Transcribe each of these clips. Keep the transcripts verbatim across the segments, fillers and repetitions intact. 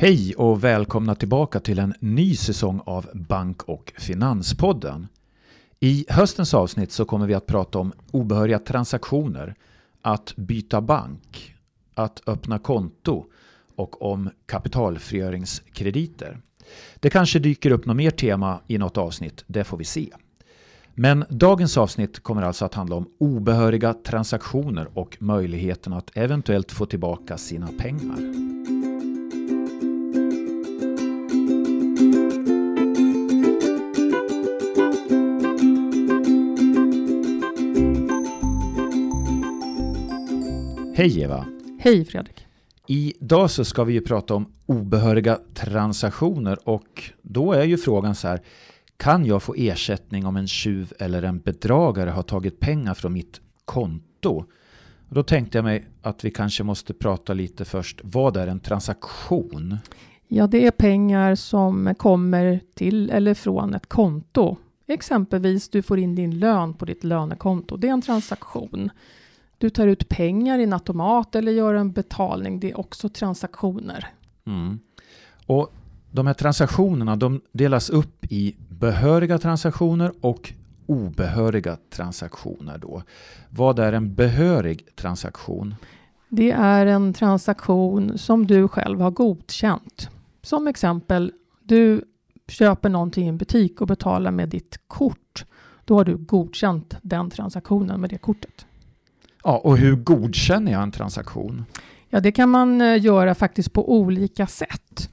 Hej och välkomna tillbaka till en ny säsong av Bank- och Finanspodden. I höstens avsnitt så kommer vi att prata om obehöriga transaktioner, att byta bank, att öppna konto och om kapitalfrigöringskrediter. Det kanske dyker upp något mer tema i något avsnitt, det får vi se. Men dagens avsnitt kommer alltså att handla om obehöriga transaktioner och möjligheten att eventuellt få tillbaka sina pengar. Hej Eva! Hej Fredrik! Idag så ska vi ju prata om obehöriga transaktioner och då är ju frågan så här: kan jag få ersättning om en tjuv eller en bedragare har tagit pengar från mitt konto? Och då tänkte jag mig att vi kanske måste prata lite först. Vad är en transaktion? Ja, det är pengar som kommer till eller från ett konto. Exempelvis du får in din lön på ditt lönekonto. Det är en transaktion. Du tar ut pengar i en automat eller gör en betalning. Det är också transaktioner. Mm. Och de här transaktionerna de delas upp i behöriga transaktioner och obehöriga transaktioner då. Vad är en behörig transaktion? Det är en transaktion som du själv har godkänt. Som exempel, du köper någonting i en butik och betalar med ditt kort. Då har du godkänt den transaktionen med det kortet. Ja, och hur godkänner jag en transaktion? Ja, det kan man eh, göra faktiskt på olika sätt.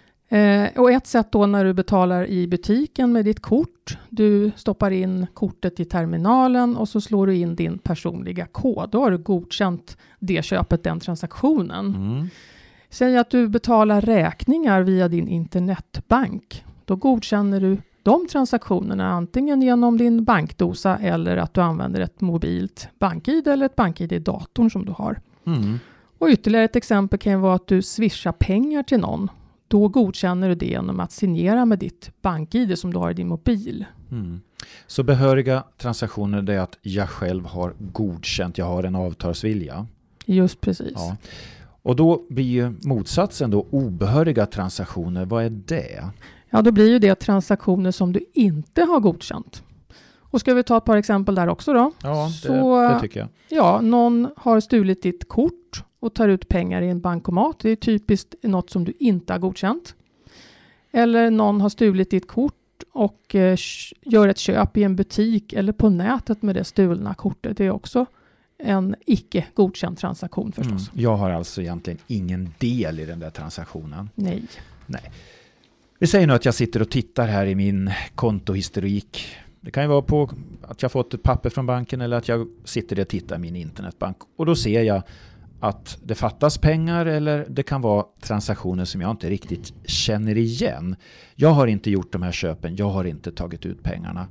Eh, och ett sätt då när du betalar i butiken med ditt kort. Du stoppar in kortet i terminalen och så slår du in din personliga kod. Då har du godkänt det köpet, den transaktionen. Mm. Säg att du betalar räkningar via din internetbank. Då godkänner du de transaktionerna antingen genom din bankdosa eller att du använder ett mobilt bank-id eller ett bank-id i datorn som du har. Mm. Och ytterligare ett exempel kan vara att du swishar pengar till någon. Då godkänner du det genom att signera med ditt bank-id som du har i din mobil. Mm. Så behöriga transaktioner det är att jag själv har godkänt, jag har en avtalsvilja. Just precis. Ja. Och då blir ju motsatsen då obehöriga transaktioner. Vad är det? Ja, då blir ju det transaktioner som du inte har godkänt. Och ska vi ta ett par exempel där också då? Ja, det, Så, det tycker jag. Ja, någon har stulit ditt kort och tar ut pengar i en bankomat. Det är typiskt något som du inte har godkänt. Eller någon har stulit ditt kort och eh, gör ett köp i en butik eller på nätet med det stulna kortet. Det är också en icke godkänd transaktion förstås. Mm. Jag har alltså egentligen ingen del i den där transaktionen. Nej. Nej. Vi säger nu att jag sitter och tittar här i min kontohistorik. Det kan ju vara på att jag fått ett papper från banken eller att jag sitter och tittar i min internetbank. Och då ser jag att det fattas pengar eller det kan vara transaktioner som jag inte riktigt känner igen. Jag har inte gjort de här köpen, jag har inte tagit ut pengarna.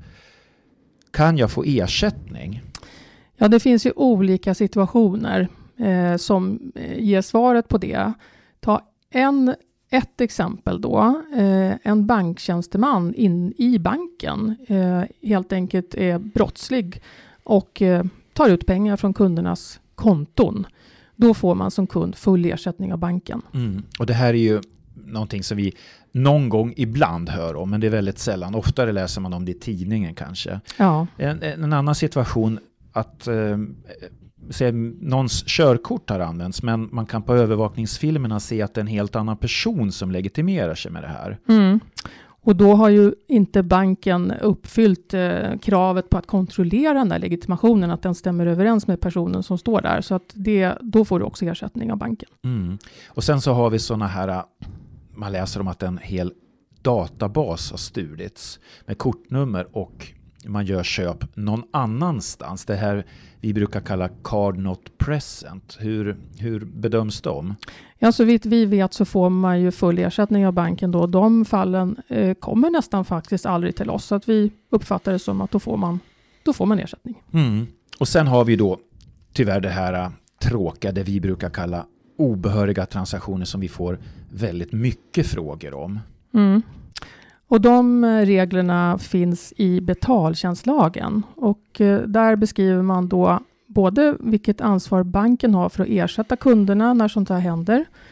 Kan jag få ersättning? Ja, det finns ju olika situationer eh, som eh, ger svaret på det. Ta en, ett exempel då. Eh, en banktjänsteman in i banken eh, helt enkelt är brottslig och eh, tar ut pengar från kundernas konton. Då får man som kund full ersättning av banken. Mm. Och det här är ju någonting som vi någon gång ibland hör om, men det är väldigt sällan. Oftare läser man om det i tidningen kanske. Ja. En, en annan situation att eh, se, någons körkort har använts, men man kan på övervakningsfilmerna se att det är en helt annan person som legitimerar sig med det här. Mm. Och då har ju inte banken uppfyllt eh, kravet på att kontrollera den där legitimationen, att den stämmer överens med personen som står där. Så att det, då får du också ersättning av banken. Mm. Och sen så har vi såna här, man läser om att en hel databas har stulits med kortnummer och man gör köp någon annanstans. Det här vi brukar kalla card not present. Hur, hur bedöms de? Ja, så vitt vi vet så får man ju full ersättning av banken då. De fallen eh, kommer nästan faktiskt aldrig till oss. Så att vi uppfattar det som att då får man, då får man ersättning. Mm. Och sen har vi då tyvärr det här tråkiga, det vi brukar kalla obehöriga transaktioner som vi får väldigt mycket frågor om. Mm. Och de reglerna finns i betaltjänstlagen och eh, där beskriver man då både vilket ansvar banken har för att ersätta kunderna när sånt här händer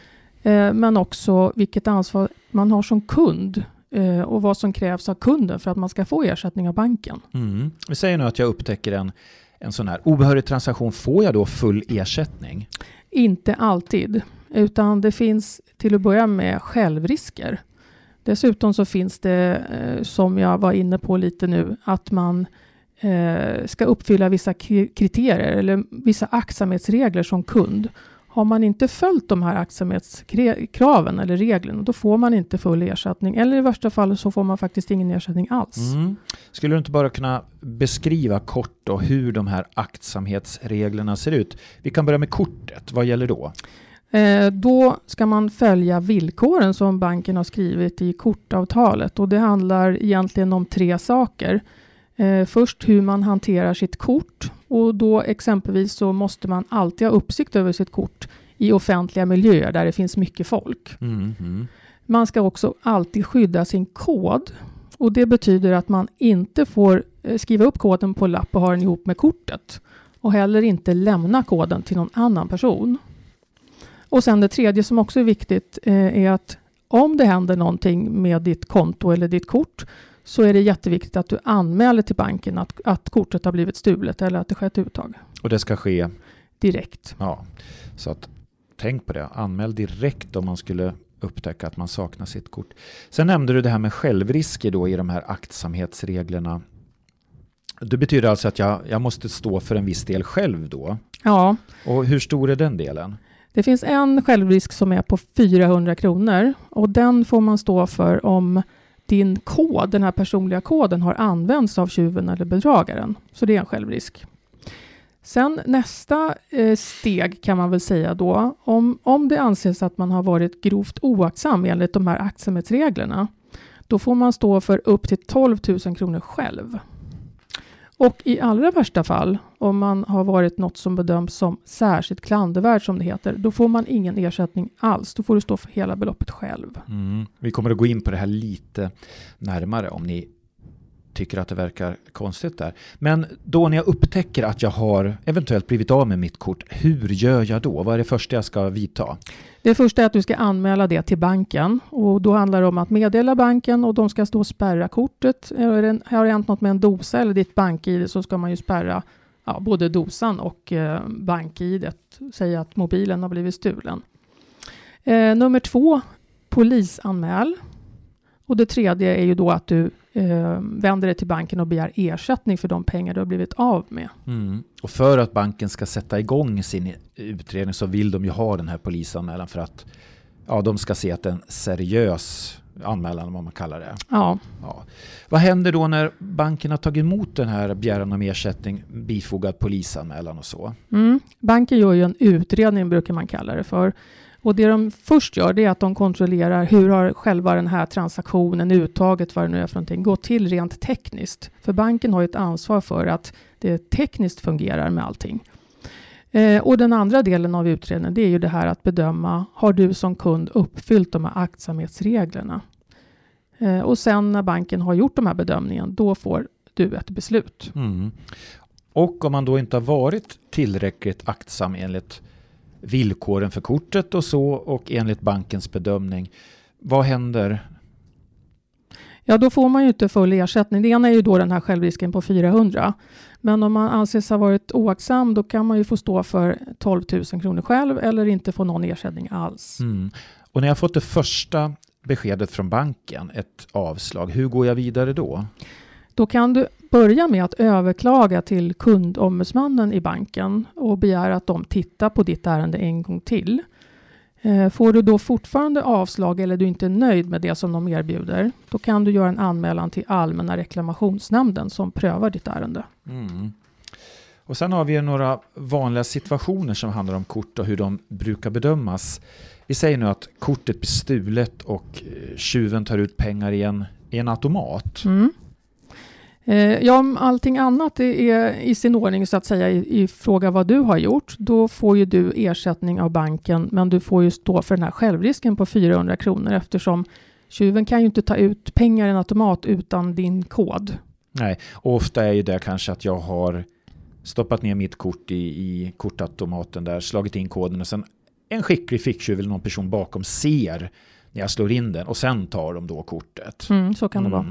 Eh, men också vilket ansvar man har som kund eh, och vad som krävs av kunden för att man ska få ersättning av banken. Mm. Vi säger nu att jag upptäcker en, en sån här obehörig transaktion. Får jag då full ersättning? Inte alltid, utan det finns till att börja med självrisker. Dessutom så finns det, eh, som jag var inne på lite nu, att man eh, ska uppfylla vissa k- kriterier eller vissa aktsamhetsregler som kund. Har man inte följt de här aktsamhetskraven eller reglerna, då får man inte full ersättning. Eller i värsta fall så får man faktiskt ingen ersättning alls. Mm. Skulle du inte bara kunna beskriva kort då hur de här aktsamhetsreglerna ser ut? Vi kan börja med kortet. Vad gäller då? Eh, då ska man följa villkoren som banken har skrivit i kortavtalet. Och det handlar egentligen om tre saker. Eh, först hur man hanterar sitt kort. Och då exempelvis så måste man alltid ha uppsikt över sitt kort i offentliga miljöer där det finns mycket folk. Mm, mm. Man ska också alltid skydda sin kod. Och det betyder att man inte får skriva upp koden på lapp och ha den ihop med kortet. Och heller inte lämna koden till någon annan person. Och sen det tredje som också är viktigt eh, är att om det händer någonting med ditt konto eller ditt kort, så är det jätteviktigt att du anmäler till banken att, att kortet har blivit stulet eller att det skett uttag. Och det ska ske direkt. Ja, så att tänk på det. Anmäl direkt om man skulle upptäcka att man saknar sitt kort. Sen nämnde du det här med självrisker då i de här aktsamhetsreglerna. Det betyder alltså att jag, jag måste stå för en viss del själv då. Ja. Och hur stor är den delen? Det finns en självrisk som är på fyrahundra kronor och den får man stå för om din kod, den här personliga koden, har använts av tjuven eller bedragaren. Så det är en självrisk. Sen nästa eh, steg kan man väl säga då, om, om det anses att man har varit grovt oaktsam enligt de här aktsamhetsreglerna, då får man stå för upp till tolv tusen kronor själv. Och i allra värsta fall, om man har varit något som bedöms som särskilt klandervärt som det heter, då får man ingen ersättning alls. Då får du stå för hela beloppet själv. Mm. Vi kommer att gå in på det här lite närmare om ni tycker att det verkar konstigt där. Men då när jag upptäcker att jag har eventuellt blivit av med mitt kort, hur gör jag då? Vad är det första jag ska vidta? Det första är att du ska anmäla det till banken och då handlar det om att meddela banken och de ska stå och spärra kortet. Har det hänt något med en dosa eller ditt bank-I D så ska man ju spärra ja, både dosan och eh, bank-I D. Säga att mobilen har blivit stulen. Eh, nummer två, polisanmäl. Och det tredje är ju då att du eh, vänder dig till banken och begär ersättning för de pengar du har blivit av med. Mm. Och för att banken ska sätta igång sin utredning så vill de ju ha den här polisanmälan för att ja, de ska se att det är en seriös anmälan, vad man kallar det. Ja. Ja. Vad händer då när banken har tagit emot den här begäran om ersättning, bifogad polisanmälan och så? Mm. Banken gör ju en utredning, brukar man kalla det för. Och det de först gör det är att de kontrollerar hur har själva den här transaktionen, uttaget, vad det nu är för någonting, gått till rent tekniskt. För banken har ju ett ansvar för att det tekniskt fungerar med allting. Eh, och den andra delen av utredningen, det är ju det här att bedöma, har du som kund uppfyllt de här aktsamhetsreglerna? Eh, och sen när banken har gjort de här bedömningen, då får du ett beslut. Mm. Och om man då inte har varit tillräckligt aktsam enligt villkoren för kortet och så och enligt bankens bedömning, vad händer? Ja, då får man ju inte full ersättning. Det ena är ju då den här självrisken på fyrahundra. Men om man anses ha varit oaktsam, då kan man ju få stå för tolv tusen kronor själv eller inte få någon ersättning alls. Mm. Och när jag fått det första beskedet från banken, ett avslag, hur går jag vidare då? Då kan du börja med att överklaga till kundombudsmannen i banken och begära att de tittar på ditt ärende en gång till. Får du då fortfarande avslag eller du inte är nöjd med det som de erbjuder, då kan du göra en anmälan till Allmänna reklamationsnämnden som prövar ditt ärende. Mm. Och sen har vi några vanliga situationer som handlar om kort och hur de brukar bedömas. Vi säger nu att kortet blir stulet och tjuven tar ut pengar i en, i en automat. Mm. Ja, om allting annat är i sin ordning så att säga i, i fråga vad du har gjort, då får ju du ersättning av banken, men du får ju stå för den här självrisken på fyrahundra kronor eftersom tjuven kan ju inte ta ut pengar i en automat utan din kod. Nej, och ofta är ju det kanske att jag har stoppat ner mitt kort i, i kortautomaten där, slagit in koden och sen en skicklig ficktjuv eller någon person bakom ser när jag slår in den och sen tar de då kortet. Mm, så kan det Mm. vara.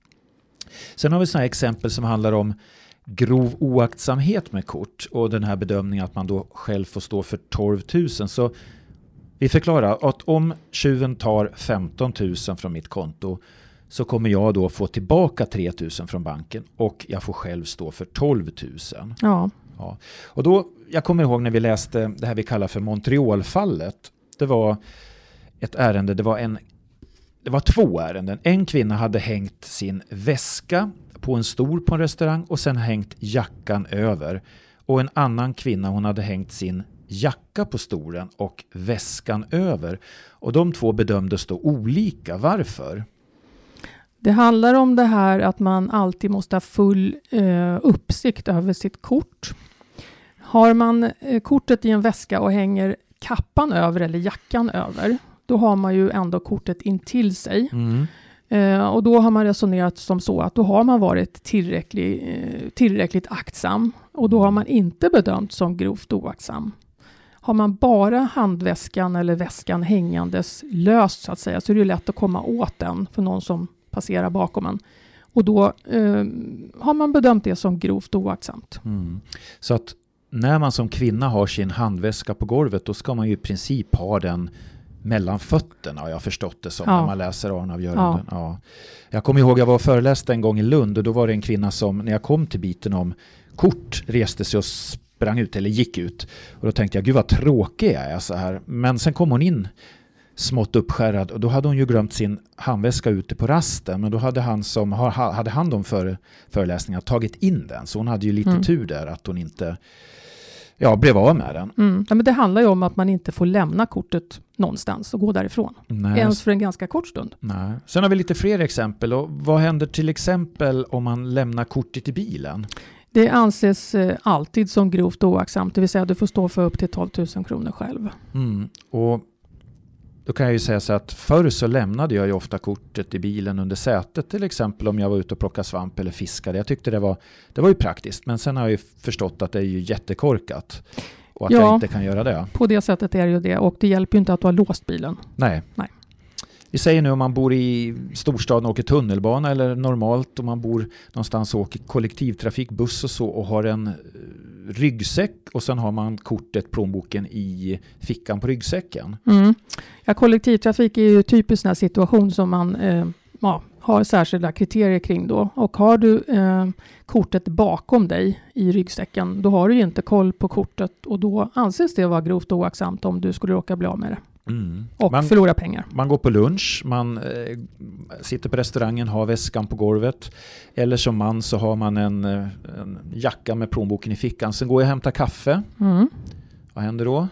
Sen har vi sådana här exempel som handlar om grov oaktsamhet med kort och den här bedömningen att man då själv får stå för tolv tusen. Så vi förklarar att om tjuven tar femton tusen från mitt konto så kommer jag då få tillbaka tre tusen från banken och jag får själv stå för tolv tusen. Ja. Ja. Och då, jag kommer ihåg när vi läste det här vi kallar för Montreal-fallet. Det var ett ärende, det var en det var två ärenden. En kvinna hade hängt sin väska på en stol på en restaurang och sen hängt jackan över. Och en annan kvinna, hon hade hängt sin jacka på stolen och väskan över. Och de två bedömdes då olika. Varför? Det handlar om det här att man alltid måste ha full eh, uppsikt över sitt kort. Har man eh, kortet i en väska och hänger kappan över eller jackan över, då har man ju ändå kortet intill sig. Mm. Eh, och då har man resonerat som så att då har man varit tillräcklig, eh, tillräckligt aktsam och då har man inte bedömt som grovt oaktsam. Har man bara handväskan eller väskan hängandes löst så att säga, så är det lätt att komma åt den för någon som passerar bakom en. Och då eh, har man bedömt det som grovt oaktsamt. Mm. Så att när man som kvinna har sin handväska på golvet, då ska man ju i princip ha den mellan fötterna, har jag förstått det som, ja. när man läser Arnavgöranden. Ja. Ja. Jag kommer ihåg, jag var föreläst en gång i Lund och då var det en kvinna som, när jag kom till biten om kort, reste sig och sprang ut eller gick ut. Och då tänkte jag, gud vad tråkig jag är så här. Men sen kom hon in smått uppskärrad och då hade hon ju glömt sin handväska ute på rasten, men då hade han som hade hand om för, föreläsningar tagit in den, så hon hade ju lite mm. tur där att hon inte ja, blev av med den. Mm. Ja, men det handlar ju om att man inte får lämna kortet någonstans och gå därifrån. Nej. Ens för en ganska kort stund. Nej. Sen har vi lite fler exempel. Och vad händer till exempel om man lämnar kortet i bilen? Det anses eh, alltid som grovt oaktsamt, det vill säga att du får stå för upp till tolv tusen kronor själv. Mm. Och då kan jag ju säga så att förr så lämnade jag ju ofta kortet i bilen under sätet, till exempel om jag var ute och plockade svamp eller fiskade. Jag tyckte det var, det var ju praktiskt, men sen har jag ju förstått att det är ju jättekorkat och att ja, jag inte kan göra det. På det sättet är det ju det, och det hjälper ju inte att du har låst bilen. Nej. Nej. Vi säger nu om man bor i storstaden och åker tunnelbana eller normalt om man bor någonstans och åker kollektivtrafik, buss och så och har en ryggsäck och sen har man kortet, plånboken i fickan på ryggsäcken. Mm. Ja, kollektivtrafik är ju typiskt en situation som man eh, ja, har särskilda kriterier kring då. Och har du eh, kortet bakom dig i ryggsäcken, då har du ju inte koll på kortet och då anses det vara grovt oaktsamt om du skulle råka bli av med det. Mm. Och man, förlora pengar. Man går på lunch, man eh, sitter på restaurangen, har väskan på golvet. Eller som man så har man en, en jacka med plånboken i fickan. Sen går jag och hämtar kaffe. Mm. Vad händer då?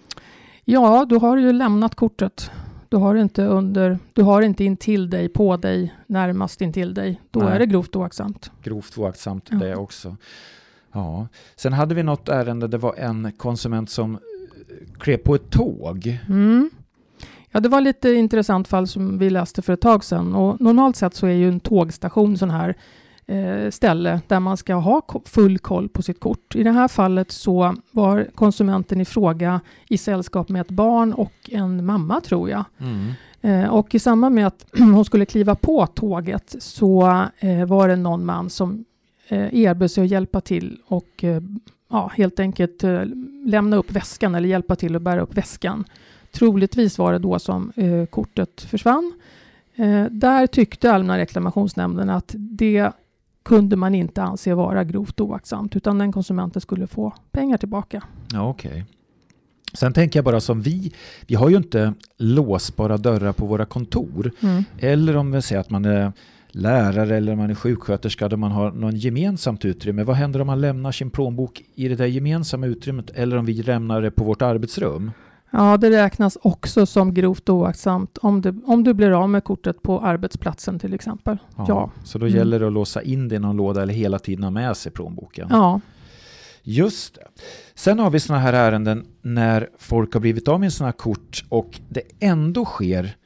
Ja, då har du ju lämnat kortet. Du har inte under, du har inte in till dig, på dig, närmast in till dig. Då Nej. Är det grovt oaktsamt. Grovt oaktsamt ja. Det också. Ja. Sen hade vi något ärende, det var en konsument som klev på ett tåg. Mm. Ja, det var lite intressant fall som vi läste för ett tag sedan. Och normalt sett så är ju en tågstation sån här eh, ställe där man ska ha full koll på sitt kort. I det här fallet så var konsumenten i fråga i sällskap med ett barn och en mamma, tror jag. Mm. Eh, och i samband med att hon skulle kliva på tåget så eh, var det någon man som eh, erbjöd sig att hjälpa till och eh, ja, helt enkelt eh, lämna upp väskan eller hjälpa till att bära upp väskan. Troligtvis var det då som eh, kortet försvann. Eh, där tyckte Allmänna reklamationsnämnden att det kunde man inte anse vara grovt oaktsamt, utan den konsumenten skulle få pengar tillbaka. Ja, okej. Okay. Sen tänker jag bara som vi, vi har ju inte låsbara dörrar på våra kontor. Mm. Eller om vi säger att man är lärare eller man är sjuksköterska där man har någon gemensamt utrymme. Vad händer om man lämnar sin plånbok i det där gemensamma utrymmet eller om vi lämnar det på vårt arbetsrum? Ja, det räknas också som grovt oaktsamt om du, om du blir av med kortet på arbetsplatsen till exempel. Ja. ja så då mm. gäller det att låsa in det i någon låda eller hela tiden ha med sig plånboken. Ja. Just det. Sen har vi såna här ärenden när folk har blivit av med sina kort och det ändå sker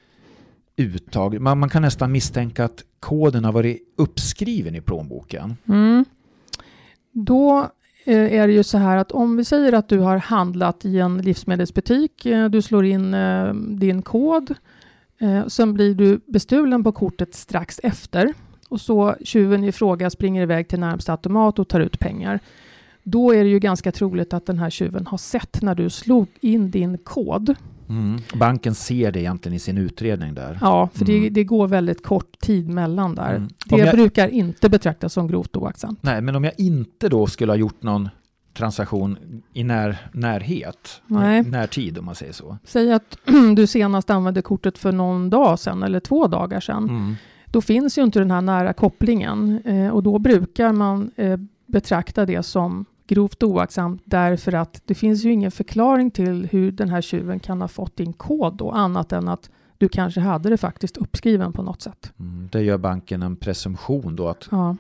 uttag. Man, man kan nästan misstänka att koden har varit uppskriven i plånboken. Mm. Då eh, är det ju så här att om vi säger att du har handlat i en livsmedelsbutik, eh, du slår in eh, din kod, eh, sen blir du bestulen på kortet strax efter och så tjuven i fråga springer iväg till närmsta automat och tar ut pengar. Då är det ju ganska troligt att den här tjuven har sett när du slog in din kod. Mm. Banken ser det egentligen i sin utredning där. Ja, för mm. det, det går väldigt kort tid mellan där. Mm. Det jag... brukar inte betraktas som grovt oaktsamt. Nej, men om jag inte då skulle ha gjort någon transaktion i när, närhet, Nej. närtid om man säger så. Säg att du senast använde kortet för någon dag sedan eller två dagar sedan. Mm. Då finns ju inte den här nära kopplingen eh, och då brukar man eh, betrakta det som grovt oaktsamt därför att det finns ju ingen förklaring till hur den här tjuven kan ha fått din kod då, annat än att du kanske hade det faktiskt uppskriven på något sätt. Mm, det gör banken en presumtion då att ja.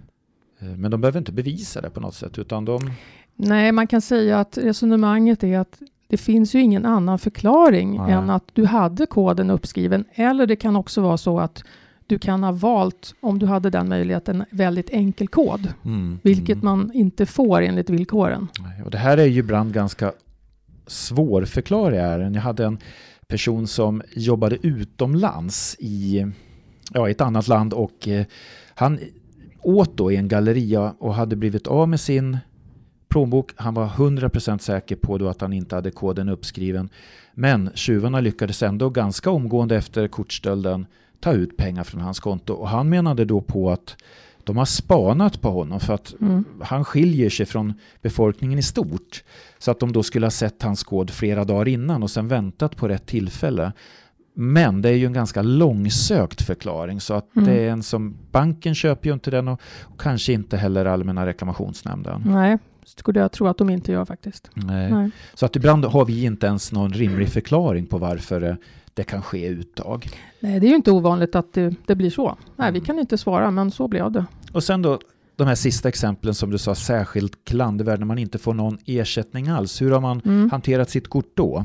Men de behöver inte bevisa det på något sätt utan de... Nej, man kan säga att resonemanget är att det finns ju ingen annan förklaring Nej. än att du hade koden uppskriven, eller det kan också vara så att du kan ha valt, om du hade den möjligheten, en väldigt enkel kod. Mm, vilket mm. man inte får enligt villkoren. Och det här är ju ibland ganska svårförklarliga ärenden. Jag hade en person som jobbade utomlands i ja, ett annat land och eh, han åt då i en galleria och hade blivit av med sin plånbok. Han var hundra procent säker på då att han inte hade koden uppskriven. Men tjuvarna lyckades ändå ganska omgående efter kortstölden ta ut pengar från hans konto. Och han menade då på att de har spanat på honom för att mm. han skiljer sig från befolkningen i stort. Så att de då skulle ha sett hans kod flera dagar innan och sen väntat på rätt tillfälle. Men det är ju en ganska långsökt förklaring så att mm. det är en som banken köper ju inte den och, och kanske inte heller Allmänna reklamationsnämnden. Nej, skulle jag tro att de inte gör faktiskt. Nej. Nej. Så att ibland har vi inte ens någon rimlig förklaring på varför det kan ske uttag. Nej, det är ju inte ovanligt att det, det blir så. Nej, mm. vi kan inte svara, men så blev det. Och sen då de här sista exemplen som du sa, särskilt klandervärd när man inte får någon ersättning alls. Hur har man mm. hanterat sitt kort då?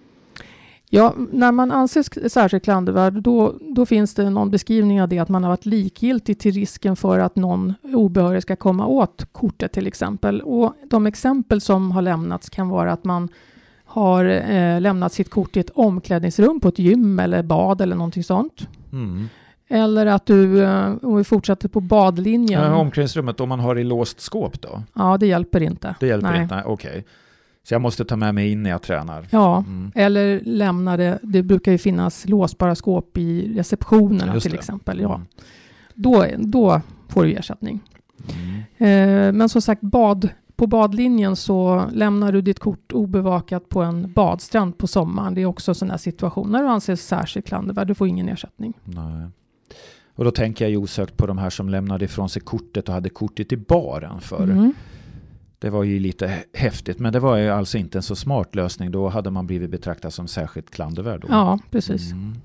Ja, när man anses särskilt klandervärd då, då finns det någon beskrivning av det att man har varit likgiltig till risken för att någon obehörig ska komma åt kortet till exempel. Och de exempel som har lämnats kan vara att man har eh, lämnat sitt kort i ett omklädningsrum på ett gym eller bad eller någonting sånt. Mm. Eller att du, eh, om vi fortsätter på badlinjen. Ja, omklädningsrummet, om man har i låst skåp då? Ja, det hjälper inte. Det hjälper Nej. inte, okej. Okay. Så jag måste ta med mig in när jag tränar. Ja, mm. eller lämna det. Det brukar ju finnas låsbara skåp i receptionerna till exempel. Ja. Mm. Då, då får du ersättning. Mm. Eh, men som sagt, bad, på badlinjen så lämnar du ditt kort obevakat på en badstrand på sommaren. Det är också sådana situationer och anses särskilt klandervärd. Du får ingen ersättning. Nej. Och då tänker jag ju osökt på de här som lämnade ifrån sig kortet och hade kortet i baren för. Mm. Det var ju lite häftigt, men det var ju alltså inte en så smart lösning. Då hade man blivit betraktad som särskilt klandervärd. Då. Ja, precis. Mm.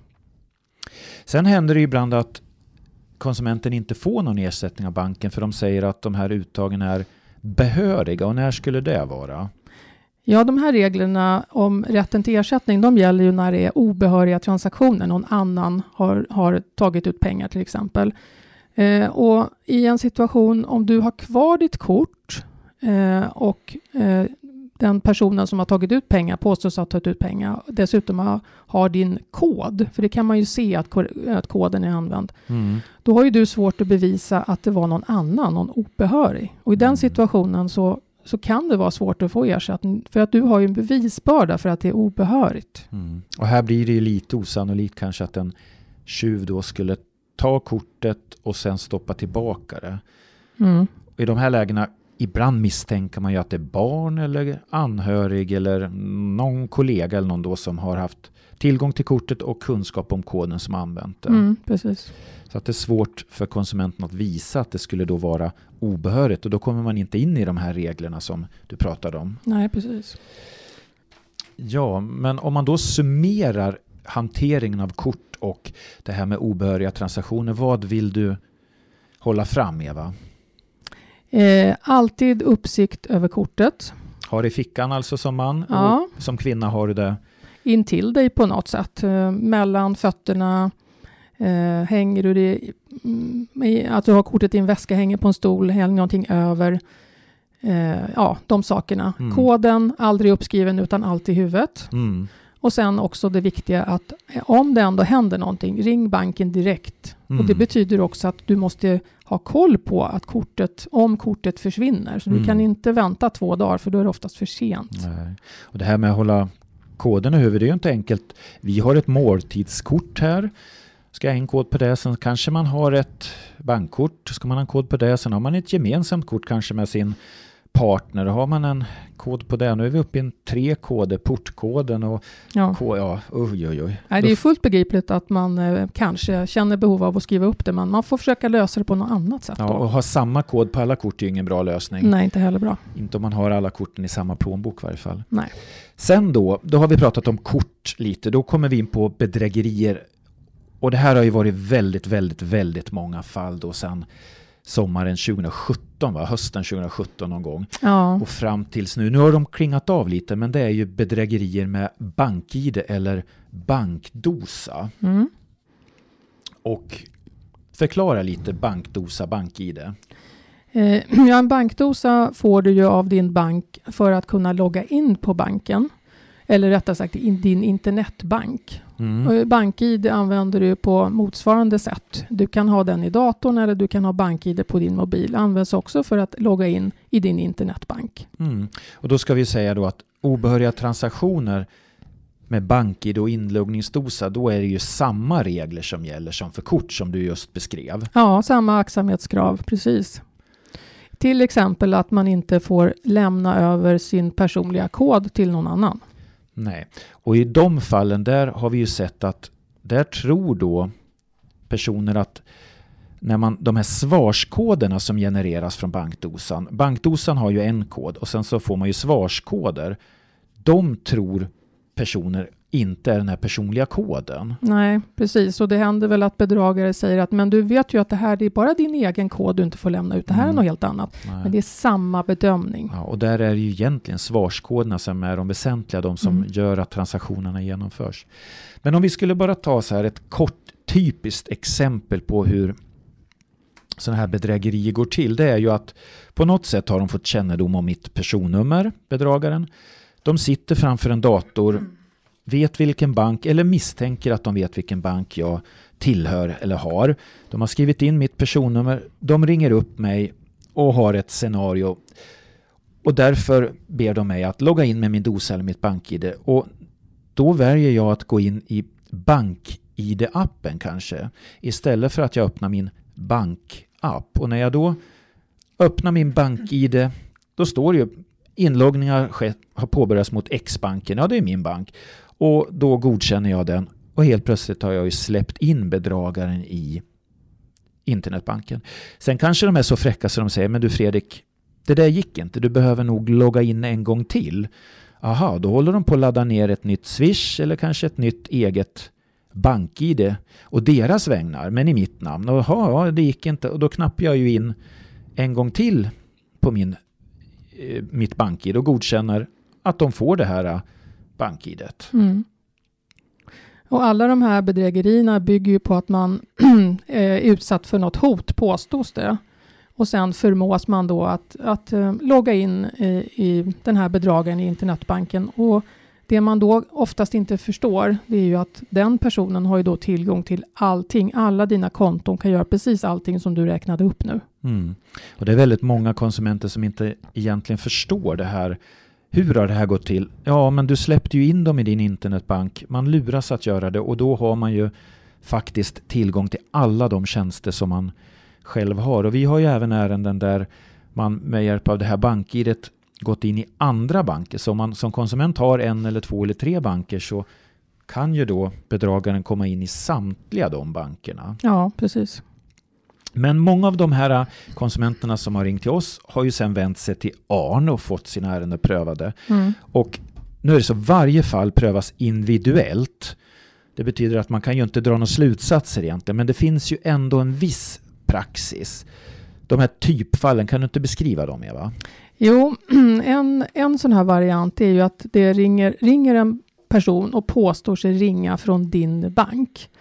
Sen händer det ju ibland att konsumenten inte får någon ersättning av banken för de säger att de här uttagen är behöriga. Och när skulle det vara? Ja, de här reglerna om rätten till ersättning, de gäller ju när det är obehöriga transaktioner. Någon annan har, har tagit ut pengar till exempel. Eh, och i en situation om du har kvar ditt kort eh, och eh, den personen som har tagit ut pengar påstås ha tagit ut pengar dessutom har, har din kod, för det kan man ju se att, att koden är använd. Mm. Då har ju du svårt att bevisa att det var någon annan, någon obehörig. Och i den situationen så, så kan det vara svårt att få ersättning för att du har ju en bevisbörda för att det är obehörigt. Mm. Och här blir det ju lite osannolikt kanske att en tjuv då skulle ta kortet och sen stoppa tillbaka det. Mm. I de här lägena ibland misstänker man ju att det är barn eller anhörig eller någon kollega eller någon då som har haft tillgång till kortet och kunskap om koden som använt det. Mm, precis. Så att det är svårt för konsumenten att visa att det skulle då vara obehörigt och då kommer man inte in i de här reglerna som du pratade om. Nej, precis. Ja, men om man då summerar hanteringen av kort och det här med obehöriga transaktioner, vad vill du hålla fram, Eva? Eh, alltid uppsikt över kortet. Har i fickan alltså som man ja. Och som kvinna har du det? In till dig på något sätt. Eh, mellan fötterna. Eh, hänger du det, mm, att du har kortet i en väska, hänger på en stol, hänger någonting över. eh, ja, de sakerna. Mm. Koden, aldrig uppskriven utan allt i huvudet. Mm. Och sen också det viktiga att om det ändå händer någonting, ring banken direkt. Mm. Och det betyder också att du måste ha koll på att kortet, om kortet försvinner. Så Mm. du kan inte vänta två dagar för då är det oftast för sent. Nej. Och det här med att hålla koden i huvudet är ju inte enkelt. Vi har ett måltidskort här. Ska jag ha en kod på det, sen kanske man har ett bankkort, ska man ha en kod på det, sen har man ett gemensamt kort kanske med sin partner, har man en kod på det. Nu är vi uppe i en tre koder, portkoden och Ja. K- ja, oj oj oj. Nej, det är fullt begripligt att man eh, kanske känner behov av att skriva upp det, men man får försöka lösa det på något annat sätt. Ja, Då. och ha samma kod på alla kort är ju ingen bra lösning. Nej, inte heller bra. Inte om man har alla korten i samma plånbok i varje fall. Nej. Sen då, då har vi pratat om kort lite. Då kommer vi in på bedrägerier. Och det här har ju varit väldigt, väldigt, väldigt många fall då sedan sommaren tjugohundrasjutton, va? Hösten tjugohundrasjutton någon gång. Ja. Och fram tills nu. Nu har de klingat av lite, men det är ju bedrägerier med bank-I D eller bankdosa. Mm. Och förklara lite bankdosa, bank-I D. Eh, ja, en bankdosa får du ju av din bank för att kunna logga in på banken. Eller rättare sagt in din internetbank. Mm. Och bank-I D använder du på motsvarande sätt. Du kan ha den i datorn eller du kan ha bank-I D på din mobil. Används också för att logga in i din internetbank. Mm. Och då ska vi säga då att obehöriga transaktioner med bank-I D och inloggningsdosa, då är det ju samma regler som gäller som för kort som du just beskrev. Ja, samma aktsamhetskrav, precis. Till exempel att man inte får lämna över sin personliga kod till någon annan. Nej, och i de fallen där har vi ju sett att där tror då personer att när man, de här svarskoderna som genereras från bankdosan, bankdosan har ju en kod och sen så får man ju svarskoder. De tror personer inte är den här personliga koden. Nej, precis. Och det händer väl att bedragare säger att men du vet ju att det här det är bara din egen kod du inte får lämna ut. Det här Mm. är något helt annat. Nej. Men det är samma bedömning. Ja, och där är det ju egentligen svarskoderna som är de väsentliga, de som Mm. gör att transaktionerna genomförs. Men om vi skulle bara ta så här ett kort typiskt exempel på hur sådana här bedrägerier går till, det är ju att på något sätt har de fått kännedom om mitt personnummer, bedragaren. De sitter framför en dator, vet vilken bank eller misstänker att de vet vilken bank jag tillhör eller har. De har skrivit in mitt personnummer, de ringer upp mig och har ett scenario och därför ber de mig att logga in med min dosa eller mitt bank-I D och då väljer jag att gå in i bank-I D-appen kanske istället för att jag öppnar min bankapp. Och när jag då öppnar min bank-I D då står det ju inloggningar skett, har påbörjats mot X-banken, ja det är min bank och då godkänner jag den och helt plötsligt har jag ju släppt in bedragaren i internetbanken. Sen kanske de är så fräcka så de säger, men du Fredrik, det där gick inte, du behöver nog logga in en gång till. Aha, då håller de på att ladda ner ett nytt Swish eller kanske ett nytt eget bank-I D och deras vägnar, men i mitt namn. Och aha, det gick inte och då knappar jag ju in en gång till på min, eh, mitt bank-I D och godkänner att de får det här bank-I D-et. Mm. Och alla de här bedrägerierna bygger ju på att man är utsatt för något hot, påstås det. Och sen förmås man då att, att uh, logga in i, i den här bedragaren i internetbanken. Och det man då oftast inte förstår, det är ju att den personen har ju då tillgång till allting. Alla dina konton kan göra precis allting som du räknade upp nu. Mm. Och det är väldigt många konsumenter som inte egentligen förstår det här. Hur har det här gått till? Ja, men du släppte ju in dem i din internetbank. Man luras att göra det och då har man ju faktiskt tillgång till alla de tjänster som man själv har. Och vi har ju även ärenden där man med hjälp av det här bank-I D-et gått in i andra banker. Så om man som konsument har en eller två eller tre banker så kan ju då bedragaren komma in i samtliga de bankerna. Ja, precis. Men många av de här konsumenterna som har ringt till oss har ju sedan vänt sig till Arn och fått sina ärenden prövade. Mm. Och nu är det så varje fall prövas individuellt. Det betyder att man kan ju inte dra några slutsatser egentligen, men det finns ju ändå en viss praxis. De här typfallen, kan du inte beskriva dem, Eva? Jo, en, en sån här variant är ju att det ringer, ringer en person och påstår sig ringa från din bank.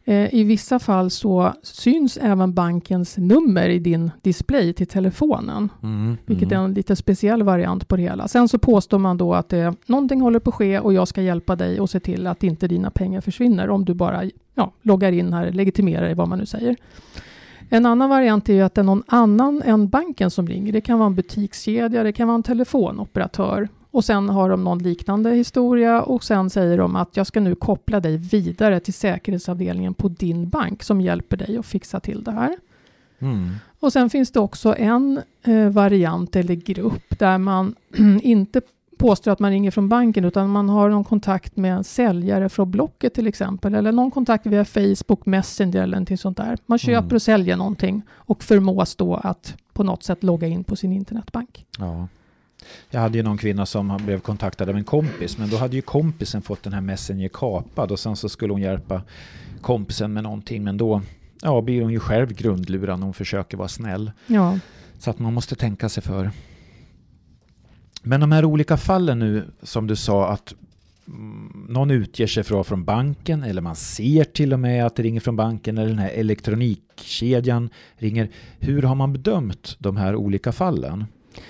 Eh, I vissa fall så syns även bankens nummer i din display till telefonen. Mm, vilket mm. är en lite speciell variant på det hela. Sen så påstår man då att det, någonting håller på att ske och jag ska hjälpa dig och se till att inte dina pengar försvinner om du bara ja, loggar in här, legitimerar dig, vad man nu säger. En annan variant är ju att det är någon annan än banken som ringer. Det kan vara en butikskedja, det kan vara en telefonoperatör. Och sen har de någon liknande historia och sen säger de att jag ska nu koppla dig vidare till säkerhetsavdelningen på din bank som hjälper dig att fixa till det här. Mm. Och sen finns det också en eh, variant eller grupp där man inte påstår att man ringer från banken utan man har någon kontakt med en säljare från Blocket till exempel eller någon kontakt via Facebook, Messenger eller någonting sånt där. Man köper mm. och säljer någonting och förmås då att på något sätt logga in på sin internetbank. Ja. Jag hade ju någon kvinna som blev kontaktad av en kompis, men då hade ju kompisen fått den här Messenger kapad och sen så skulle hon hjälpa kompisen med någonting, men då ja, blir hon ju själv grundlurad när hon försöker vara snäll. Ja. Så att man måste tänka sig för. Men de här olika fallen nu, som du sa, att mm, någon utger sig från, från banken eller man ser till och med att det ringer från banken eller den här elektronikkedjan ringer. Hur har man bedömt de här olika fallen?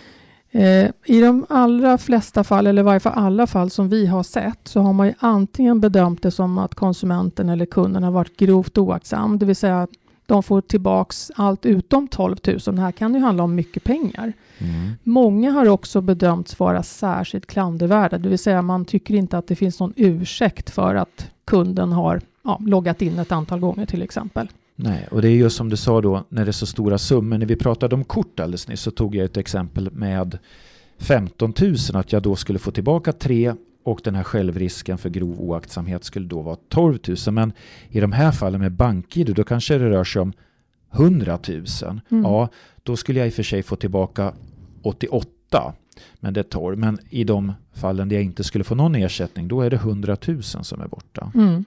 Eh, I de allra flesta fall, eller i varje fall alla fall som vi har sett, så har man ju antingen bedömt det som att konsumenten eller kunden har varit grovt oaktsam. Det vill säga att de får tillbaks allt utom tolv tusen. Här kan det ju handla om mycket pengar. Mm. Många har också bedömts vara särskilt klandervärda. Det vill säga man tycker inte att det finns någon ursäkt för att kunden har ja, loggat in ett antal gånger till exempel. Nej, och det är just som du sa då, när det är så stora summor. När vi pratade om kort alldeles nyss så tog jag ett exempel med femton tusen, att jag då skulle få tillbaka tre och den här självrisken för grov oaktsamhet skulle då vara tolv tusen. Men i de här fallen med BankID då kanske det rör sig om hundra tusen. Mm. Ja, då skulle jag i och för sig få tillbaka åttioåtta, men det är tolv. Men i de fallen där jag inte skulle få någon ersättning, då är det hundra tusen som är borta. Mm.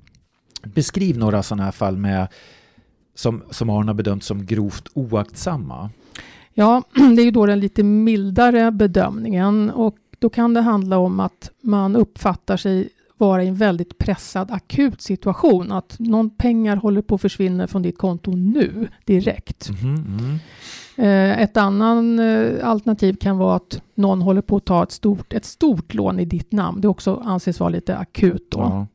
Beskriv några sådana här fall med, som, som Arne har bedömt som grovt oaktsamma. Ja, det är ju då den lite mildare bedömningen och då kan det handla om att man uppfattar sig vara i en väldigt pressad akut situation. Att någon pengar håller på att försvinna från ditt konto nu, direkt. Mm, mm. Ett annan alternativ kan vara att någon håller på att ta ett stort, ett stort lån i ditt namn. Det också anses vara lite akut då. Ja.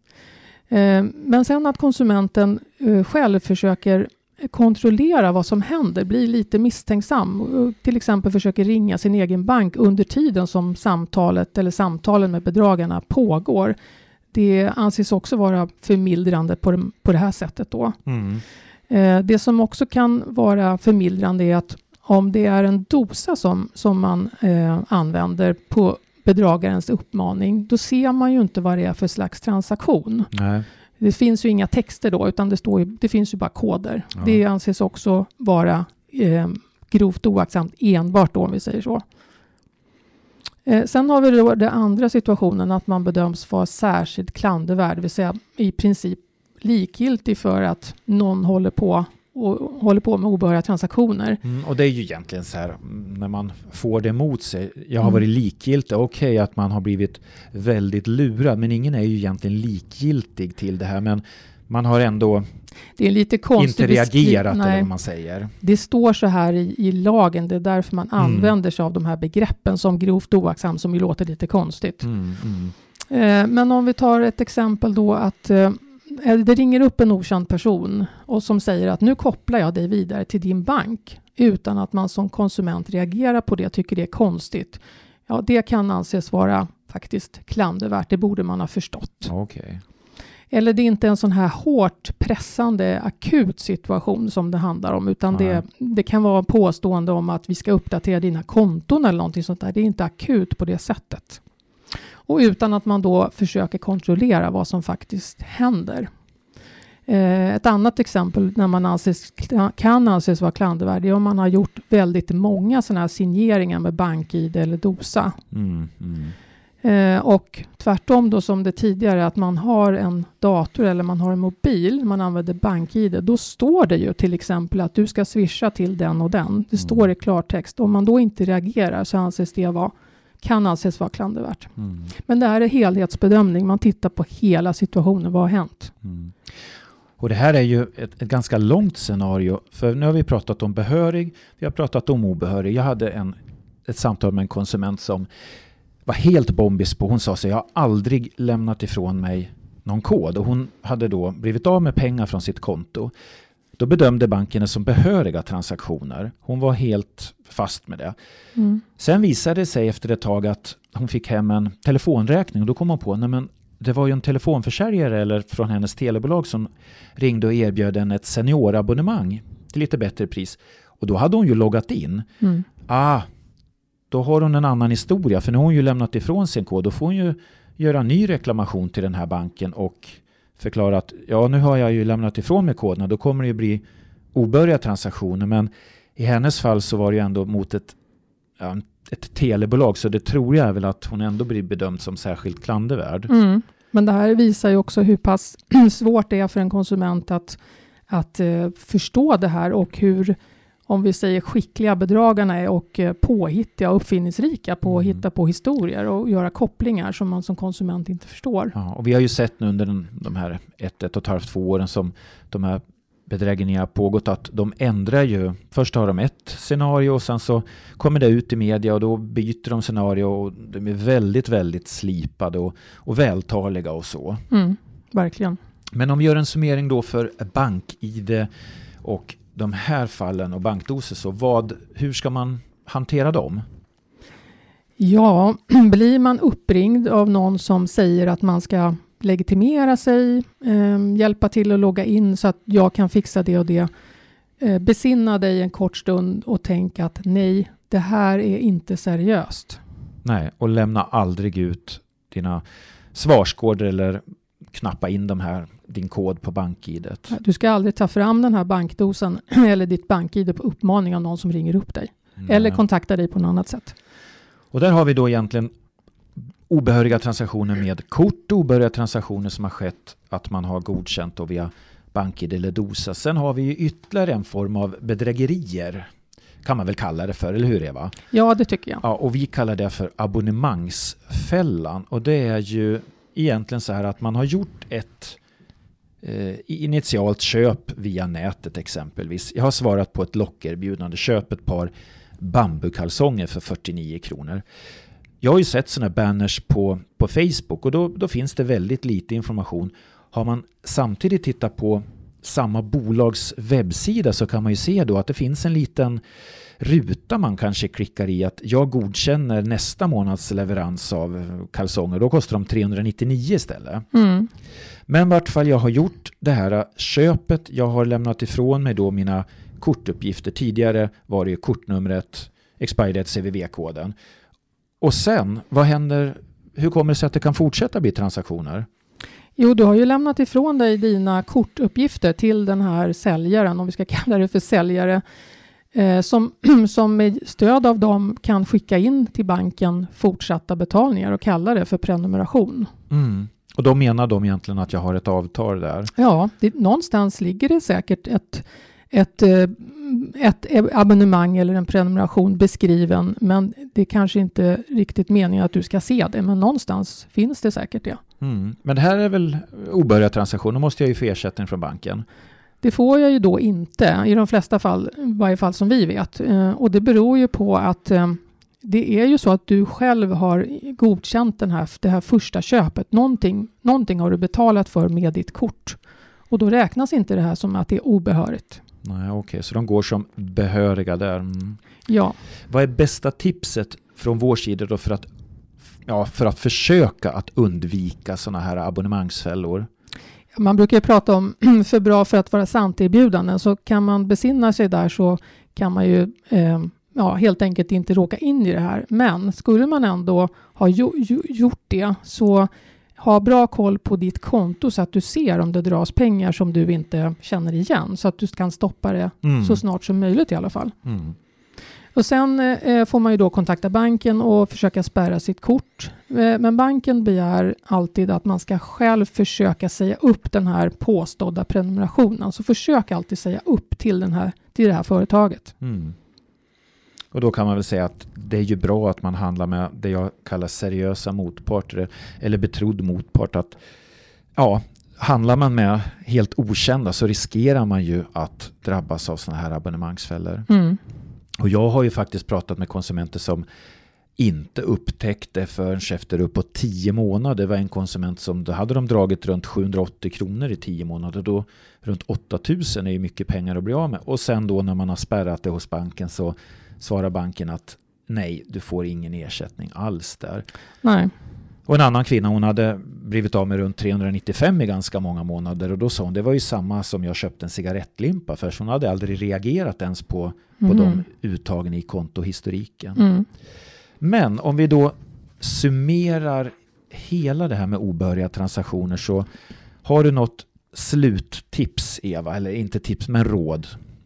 Men sen att konsumenten själv försöker kontrollera vad som händer, blir lite misstänksam. Till exempel försöker ringa sin egen bank under tiden som samtalet eller samtalen med bedragarna pågår. Det anses också vara förmildrande på det, på det här sättet då. Mm. Det som också kan vara förmildrande är att om det är en dosa som, som man eh, använder på bedragarens uppmaning, då ser man ju inte vad det är för slags transaktion. Nej. Det finns ju inga texter då, utan det, står ju, det finns ju bara koder. Ja. Det anses också vara eh, grovt oaktsamt enbart då, om vi säger så. Eh, sen har vi då den andra situationen att man bedöms vara särskilt klandervärd, det vill säga i princip likgiltig för att någon håller på och håller på med obehöriga transaktioner. Mm, och det är ju egentligen så här, när man får det emot sig. Jag har mm. varit likgiltig. Okej okay, att man har blivit väldigt lurad, men ingen är ju egentligen likgiltig till det här. Men man har ändå det är lite konstigt inte reagerat eller vad man säger. Det står så här i, i lagen. Det är därför man mm. använder sig av de här begreppen som grovt oaktsam, som ju låter lite konstigt. Mm, mm. Eh, men om vi tar ett exempel då att eh, det ringer upp en okänd person och som säger att nu kopplar jag dig vidare till din bank utan att man som konsument reagerar på det, tycker det är konstigt. Ja, det kan anses vara faktiskt klandervärt. Det borde man ha förstått. Okay. Eller det är inte en sån här hårt pressande akut situation som det handlar om, utan det, det kan vara påstående om att vi ska uppdatera dina konton eller någonting sånt där. Det är inte akut på det sättet. Och utan att man då försöker kontrollera vad som faktiskt händer. Eh, ett annat exempel när man anses, kan anses vara klandervärd är om man har gjort väldigt många sådana här signeringar med BankID eller dosa. Mm, mm. Eh, och tvärtom då som det tidigare, att man har en dator eller man har en mobil, man använder BankID, då står det ju till exempel att du ska swisha till den och den. Det står mm. i klartext. Om man då inte reagerar så anses det vara kan anses vara klandervärt. Mm. Men det här är helhetsbedömning. Man tittar på hela situationen. Vad har hänt? Mm. Och det här är ju ett, ett ganska långt scenario. För nu har vi pratat om behörig, vi har pratat om obehörig. Jag hade en, ett samtal med en konsument som var helt bombis på. Hon sa så jag har aldrig lämnat ifrån mig någon kod. Och hon hade då blivit av med pengar från sitt konto. Då bedömde banken det som behöriga transaktioner. Hon var helt fast med det. Mm. Sen visade det sig efter ett tag att hon fick hem en telefonräkning. Och då kom hon på, nej men det var ju en telefonförsäljare eller från hennes telebolag som ringde och erbjöd henne ett seniorabonnemang till lite bättre pris. Och då hade hon ju loggat in. Mm. Ah, då har hon en annan historia. För nu har hon ju lämnat ifrån sin kod. Då får hon ju göra en ny reklamation till den här banken och förklara att ja, nu har jag ju lämnat ifrån mig koderna. Då kommer det ju bli obehöriga transaktioner. Men i hennes fall så var det ju ändå mot ett, ja, ett telebolag. Så det tror jag väl att hon ändå blir bedömd som särskilt klandervärd. Mm. Men det här visar ju också hur pass svårt det är för en konsument att, att uh, förstå det här. Och hur, om vi säger skickliga bedragarna är och uh, påhittiga och uppfinningsrika på att mm. hitta på historier och göra kopplingar som man som konsument inte förstår. Ja, och vi har ju sett nu under den, de här ett, ett och ett halvt, två åren som de här bedrägerierna pågått att de ändrar ju. Först har de ett scenario och sen så kommer det ut i media och då byter de scenario och de är väldigt, väldigt slipade och, och vältaliga och så. Mm, verkligen. Men om vi gör en summering då för bank-I D och de här fallen och bankdoser, så vad, hur ska man hantera dem? Ja, blir man uppringd av någon som säger att man ska legitimera sig, eh, hjälpa till att logga in så att jag kan fixa det och det. Eh, besinna dig en kort stund och tänk att nej, det här är inte seriöst. Nej, och lämna aldrig ut dina svarskoder eller knappa in de här, din kod på bank-I D. Du ska aldrig ta fram den här bankdosen eller ditt bank-I D på uppmaning av någon som ringer upp dig. Nej. Eller kontaktar dig på något annat sätt. Och där har vi då egentligen obehöriga transaktioner med kort, obehöriga transaktioner som har skett att man har godkänt då via bank-I D eller dosa. Sen har vi ju ytterligare en form av bedrägerier, kan man väl kalla det för, eller hur Eva? Ja, det tycker jag. Ja, och vi kallar det för abonnemangsfällan. Och det är ju egentligen så här att man har gjort ett eh, initialt köp via nätet exempelvis. Jag har svarat på ett lockerbjudande, köp ett par bambukalsonger för fyrtionio kronor. Jag har ju sett sådana banners på, på Facebook och då, då finns det väldigt lite information. Har man samtidigt tittat på samma bolags webbsida så kan man ju se då att det finns en liten ruta man kanske klickar i att jag godkänner nästa månads leverans av kalsonger. Då kostar de trehundranittionio istället. Mm. Men i vart fall jag har gjort det här köpet. Jag har lämnat ifrån mig då mina kortuppgifter. Tidigare var det ju kortnumret, expiry date, C V V-koden. Och sen, vad händer? Hur kommer det sig att det kan fortsätta bli transaktioner? Jo, du har ju lämnat ifrån dig dina kortuppgifter till den här säljaren, om vi ska kalla det för säljare, eh, som, som med stöd av dem kan skicka in till banken fortsatta betalningar och kalla det för prenumeration. Mm. Och då menar de egentligen att jag har ett avtal där? Ja, det, någonstans ligger det säkert ett, ett, ett abonnemang eller en prenumeration beskriven, men det är kanske inte riktigt meningen att du ska se det, men någonstans finns det säkert det. Mm. Men det här är väl obehöriga transaktioner, då måste jag ju få ersättning från banken. Det får jag ju då inte, i de flesta fall, i varje fall som vi vet. Och det beror ju på att det är ju så att du själv har godkänt den här, det här första köpet. Någonting, någonting har du betalat för med ditt kort. Och då räknas inte det här som att det är obehörigt. Nej, okej, okay. Så de går som behöriga där. Mm. Ja. Vad är bästa tipset från vår sida då för att, ja, för att försöka att undvika sådana här abonnemangsfällor? Man brukar ju prata om för bra för att vara sant erbjudanden, så kan man besinna sig där så kan man ju eh, ja, helt enkelt inte råka in i det här. Men skulle man ändå ha ju, ju, gjort det, så ha bra koll på ditt konto så att du ser om det dras pengar som du inte känner igen, så att du kan stoppa det mm. så snart som möjligt i alla fall. Mm. Och sen eh, får man ju då kontakta banken och försöka spärra sitt kort. Eh, men banken begär alltid att man ska själv försöka säga upp den här påstådda prenumerationen. Så försök alltid säga upp till, den här, till det här företaget. Mm. Och då kan man väl säga att det är ju bra att man handlar med det jag kallar seriösa motparter eller betrodd motpart. Att, ja, handlar man med helt okända så riskerar man ju att drabbas av såna här abonnemangsfällor. Mm. Och jag har ju faktiskt pratat med konsumenter som inte upptäckte förrän efter uppåt tio månader. Det var en konsument som då hade de dragit runt sjuhundraåttio kronor i tio månader. Då runt åtta tusen är ju mycket pengar att bli av med. Och sen då när man har spärrat det hos banken så svarar banken att nej, du får ingen ersättning alls där. Nej. Och en annan kvinna, hon hade blivit av med runt trehundranittiofem i ganska många månader. Och då sa hon, det var ju samma som jag köpte en cigarettlimpa för. Så hon hade aldrig reagerat ens på, på Mm. de uttagen i kontohistoriken. Mm. Men om vi då summerar hela det här med obehöriga transaktioner, så har du något sluttips, Eva? Eller inte tips, men råd?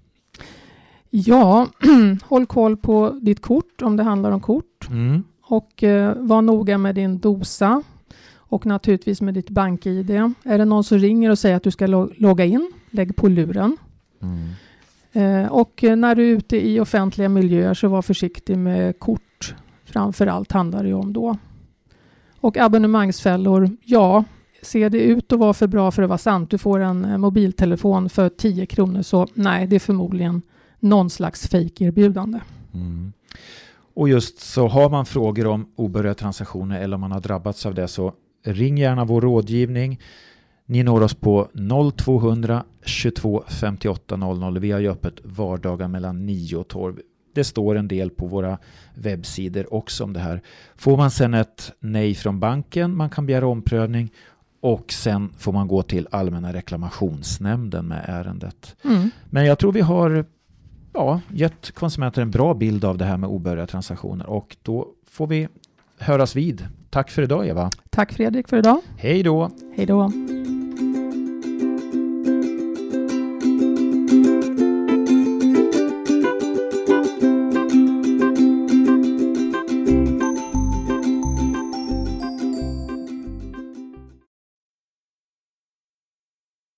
Ja, håll koll på ditt kort om det handlar om kort. Mm. Och eh, var noga med din dosa. Och naturligtvis med ditt bank-I D. Är det någon som ringer och säger att du ska lo- logga in, lägg på luren. Mm. Eh, och eh, när du är ute i offentliga miljöer så var försiktig med kort. Framförallt handlar det ju om då. Och abonnemangsfällor, ja, ser det ut att vara för bra för att vara sant. Du får en eh, mobiltelefon för tio kronor, så nej, det är förmodligen någon slags fake-erbjudande. Mm. Och just så har man frågor om obehöriga transaktioner eller om man har drabbats av det, så ring gärna vår rådgivning. Ni når oss på noll tvåhundra tjugotvå femtioåtta noll noll. Vi har ju öppet vardagar mellan nio och tolv. Det står en del på våra webbsidor också om det här. Får man sen ett nej från banken, man kan begära omprövning och sen får man gå till Allmänna reklamationsnämnden med ärendet. Mm. Men jag tror vi har ja, gett konsumenter en bra bild av det här med obehöriga transaktioner, och då får vi höras vid. Tack för idag, Eva. Tack Fredrik för idag. Hej då! Hej då!